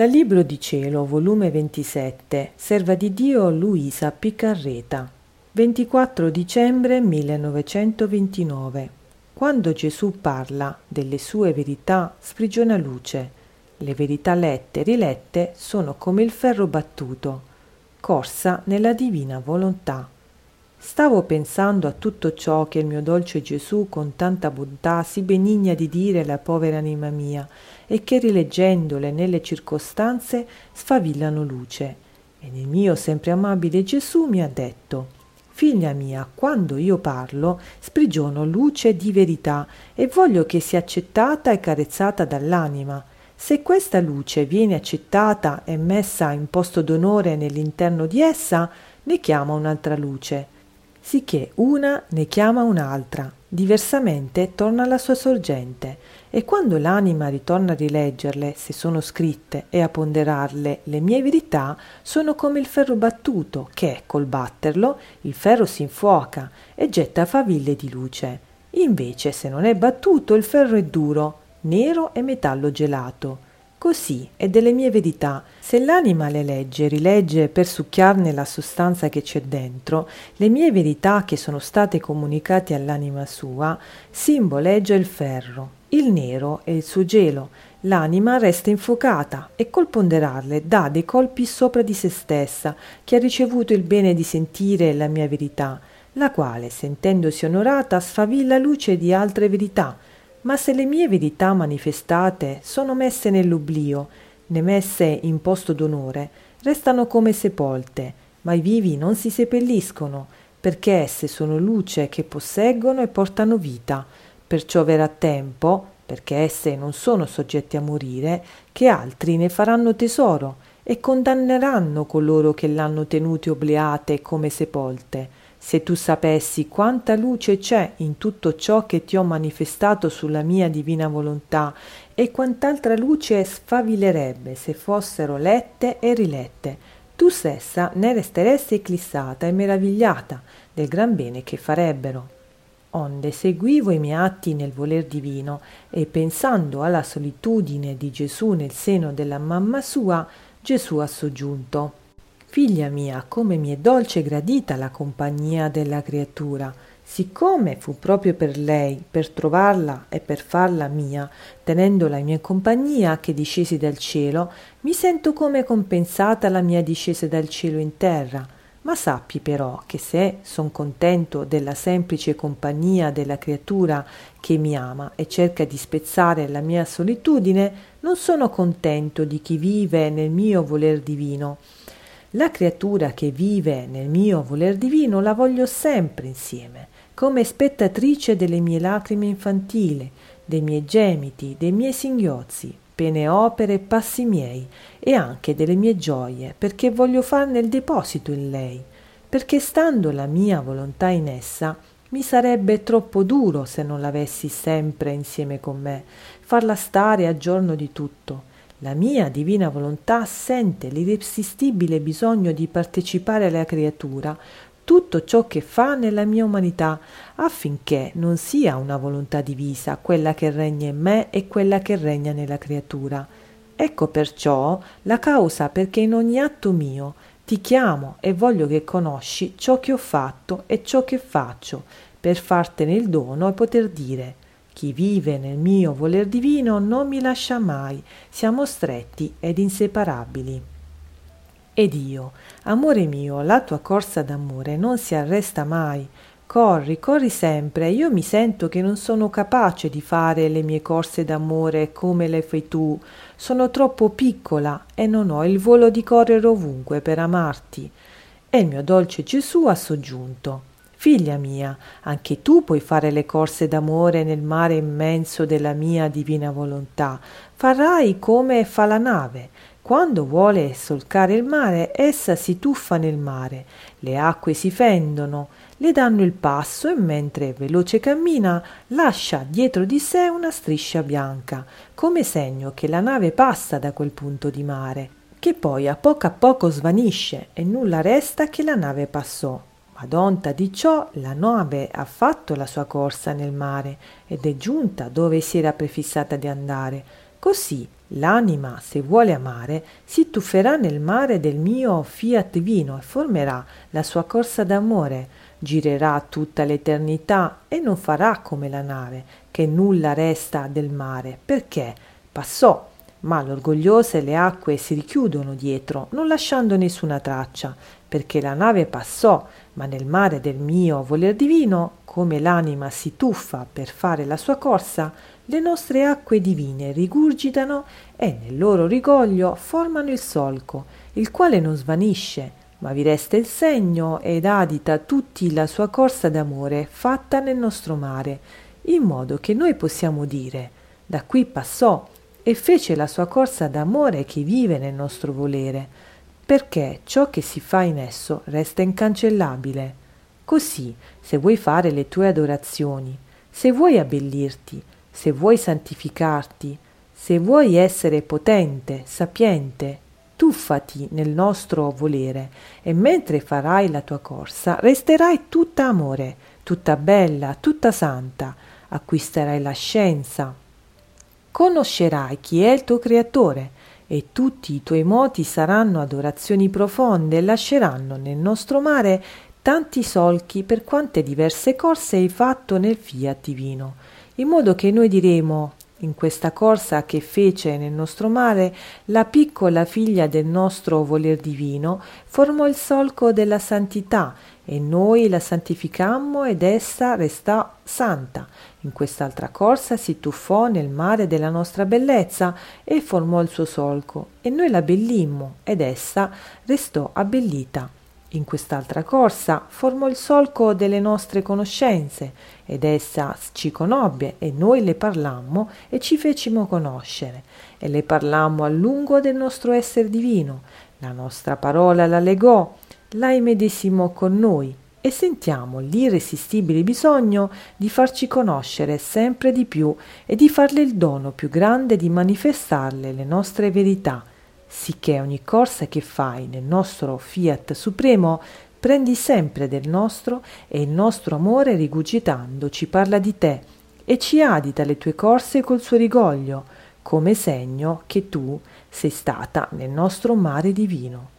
Dal Libro di Cielo, volume 27, Serva di Dio Luisa Piccarreta, 24 dicembre 1929. Quando Gesù parla delle sue verità, sprigiona luce. Le verità lette e rilette sono come il ferro battuto, corsa nella divina volontà. Stavo pensando a tutto ciò che il mio dolce Gesù con tanta bontà si benigna di dire alla povera anima mia e che rileggendole nelle circostanze sfavillano luce. E nel mio sempre amabile Gesù mi ha detto: figlia mia, quando io parlo sprigiono luce di verità e voglio che sia accettata e carezzata dall'anima. Se questa luce viene accettata e messa in posto d'onore nell'interno di essa, ne chiama un'altra luce, sicché una ne chiama un'altra, diversamente torna alla sua sorgente, e quando l'anima ritorna a rileggerle, se sono scritte, e a ponderarle, le mie verità sono come il ferro battuto, che, col batterlo, il ferro si infuoca e getta faville di luce. Invece, se non è battuto, il ferro è duro, nero e metallo gelato. Così è delle mie verità. Se l'anima le legge e rilegge per succhiarne la sostanza che c'è dentro, le mie verità che sono state comunicate all'anima sua, simboleggia il ferro, il nero e il suo gelo. L'anima resta infuocata e col ponderarle dà dei colpi sopra di se stessa, che ha ricevuto il bene di sentire la mia verità, la quale, sentendosi onorata, sfavilla luce di altre verità. Ma se le mie verità manifestate sono messe nell'oblio, né messe in posto d'onore, restano come sepolte, ma i vivi non si seppelliscono, perché esse sono luce che posseggono e portano vita. Perciò verrà tempo, perché esse non sono soggette a morire, che altri ne faranno tesoro e condanneranno coloro che l'hanno tenute obliate come sepolte. Se tu sapessi quanta luce c'è in tutto ciò che ti ho manifestato sulla mia divina volontà e quant'altra luce sfavilerebbe se fossero lette e rilette, tu stessa ne resteresti eclissata e meravigliata del gran bene che farebbero. Onde seguivo i miei atti nel voler divino e pensando alla solitudine di Gesù nel seno della mamma sua, Gesù ha soggiunto: figlia mia, come mi è dolce e gradita la compagnia della creatura, siccome fu proprio per lei, per trovarla e per farla mia, tenendola in mia compagnia che discesi dal cielo, mi sento come compensata la mia discesa dal cielo in terra. Ma sappi però che se son contento della semplice compagnia della creatura che mi ama e cerca di spezzare la mia solitudine, non sono contento di chi vive nel mio voler divino. La creatura che vive nel mio voler divino la voglio sempre insieme, come spettatrice delle mie lacrime infantili, dei miei gemiti, dei miei singhiozzi, pene opere e passi miei, e anche delle mie gioie, perché voglio farne il deposito in lei, perché stando la mia volontà in essa, mi sarebbe troppo duro se non l'avessi sempre insieme con me, farla stare a giorno di tutto. La mia divina volontà sente l'irresistibile bisogno di partecipare alla creatura tutto ciò che fa nella mia umanità, affinché non sia una volontà divisa quella che regna in me e quella che regna nella creatura. Ecco perciò la causa perché in ogni atto mio ti chiamo e voglio che conosci ciò che ho fatto e ciò che faccio, per fartene il dono e poter dire: chi vive nel mio voler divino non mi lascia mai, siamo stretti ed inseparabili. Ed io, amore mio, la tua corsa d'amore non si arresta mai. Corri, corri sempre, io mi sento che non sono capace di fare le mie corse d'amore come le fai tu. Sono troppo piccola e non ho il volo di correre ovunque per amarti. E il mio dolce Gesù ha soggiunto: figlia mia, anche tu puoi fare le corse d'amore nel mare immenso della mia divina volontà. Farai come fa la nave. Quando vuole solcare il mare, essa si tuffa nel mare, le acque si fendono, le danno il passo e mentre veloce cammina lascia dietro di sé una striscia bianca, come segno che la nave passa da quel punto di mare, che poi a poco svanisce e nulla resta che la nave passò. Ad onta di ciò la nave ha fatto la sua corsa nel mare ed è giunta dove si era prefissata di andare. Così l'anima, se vuole amare, si tufferà nel mare del mio fiat divino e formerà la sua corsa d'amore, girerà tutta l'eternità e non farà come la nave, che nulla resta del mare, perché passò, ma l'orgogliose le acque si richiudono dietro, non lasciando nessuna traccia, perché la nave passò, ma nel mare del mio voler divino, come l'anima si tuffa per fare la sua corsa, le nostre acque divine rigurgitano e nel loro rigoglio formano il solco, il quale non svanisce, ma vi resta il segno ed adita tutti la sua corsa d'amore fatta nel nostro mare, in modo che noi possiamo dire: da qui passò e fece la sua corsa d'amore che vive nel nostro volere, perché ciò che si fa in esso resta incancellabile. Così, se vuoi fare le tue adorazioni, se vuoi abbellirti, se vuoi santificarti, se vuoi essere potente, sapiente, tuffati nel nostro volere e mentre farai la tua corsa resterai tutta amore, tutta bella, tutta santa, acquisterai la scienza, conoscerai chi è il tuo creatore e tutti i tuoi moti saranno adorazioni profonde e lasceranno nel nostro mare tanti solchi per quante diverse corse hai fatto nel fiat divino, in modo che noi diremo: in questa corsa che fece nel nostro mare la piccola figlia del nostro voler divino formò il solco della santità e noi la santificammo ed essa restò santa. In quest'altra corsa si tuffò nel mare della nostra bellezza e formò il suo solco e noi la abbellimmo ed essa restò abbellita. In quest'altra corsa formò il solco delle nostre conoscenze ed essa ci conobbe e noi le parlammo e ci fecimo conoscere e le parlammo a lungo del nostro essere divino. La nostra parola la legò, la imedesimò con noi e sentiamo l'irresistibile bisogno di farci conoscere sempre di più e di farle il dono più grande di manifestarle le nostre verità, sicché ogni corsa che fai nel nostro fiat supremo prendi sempre del nostro e il nostro amore rigurgitando ci parla di te e ci adita le tue corse col suo rigoglio, come segno che tu sei stata nel nostro mare divino.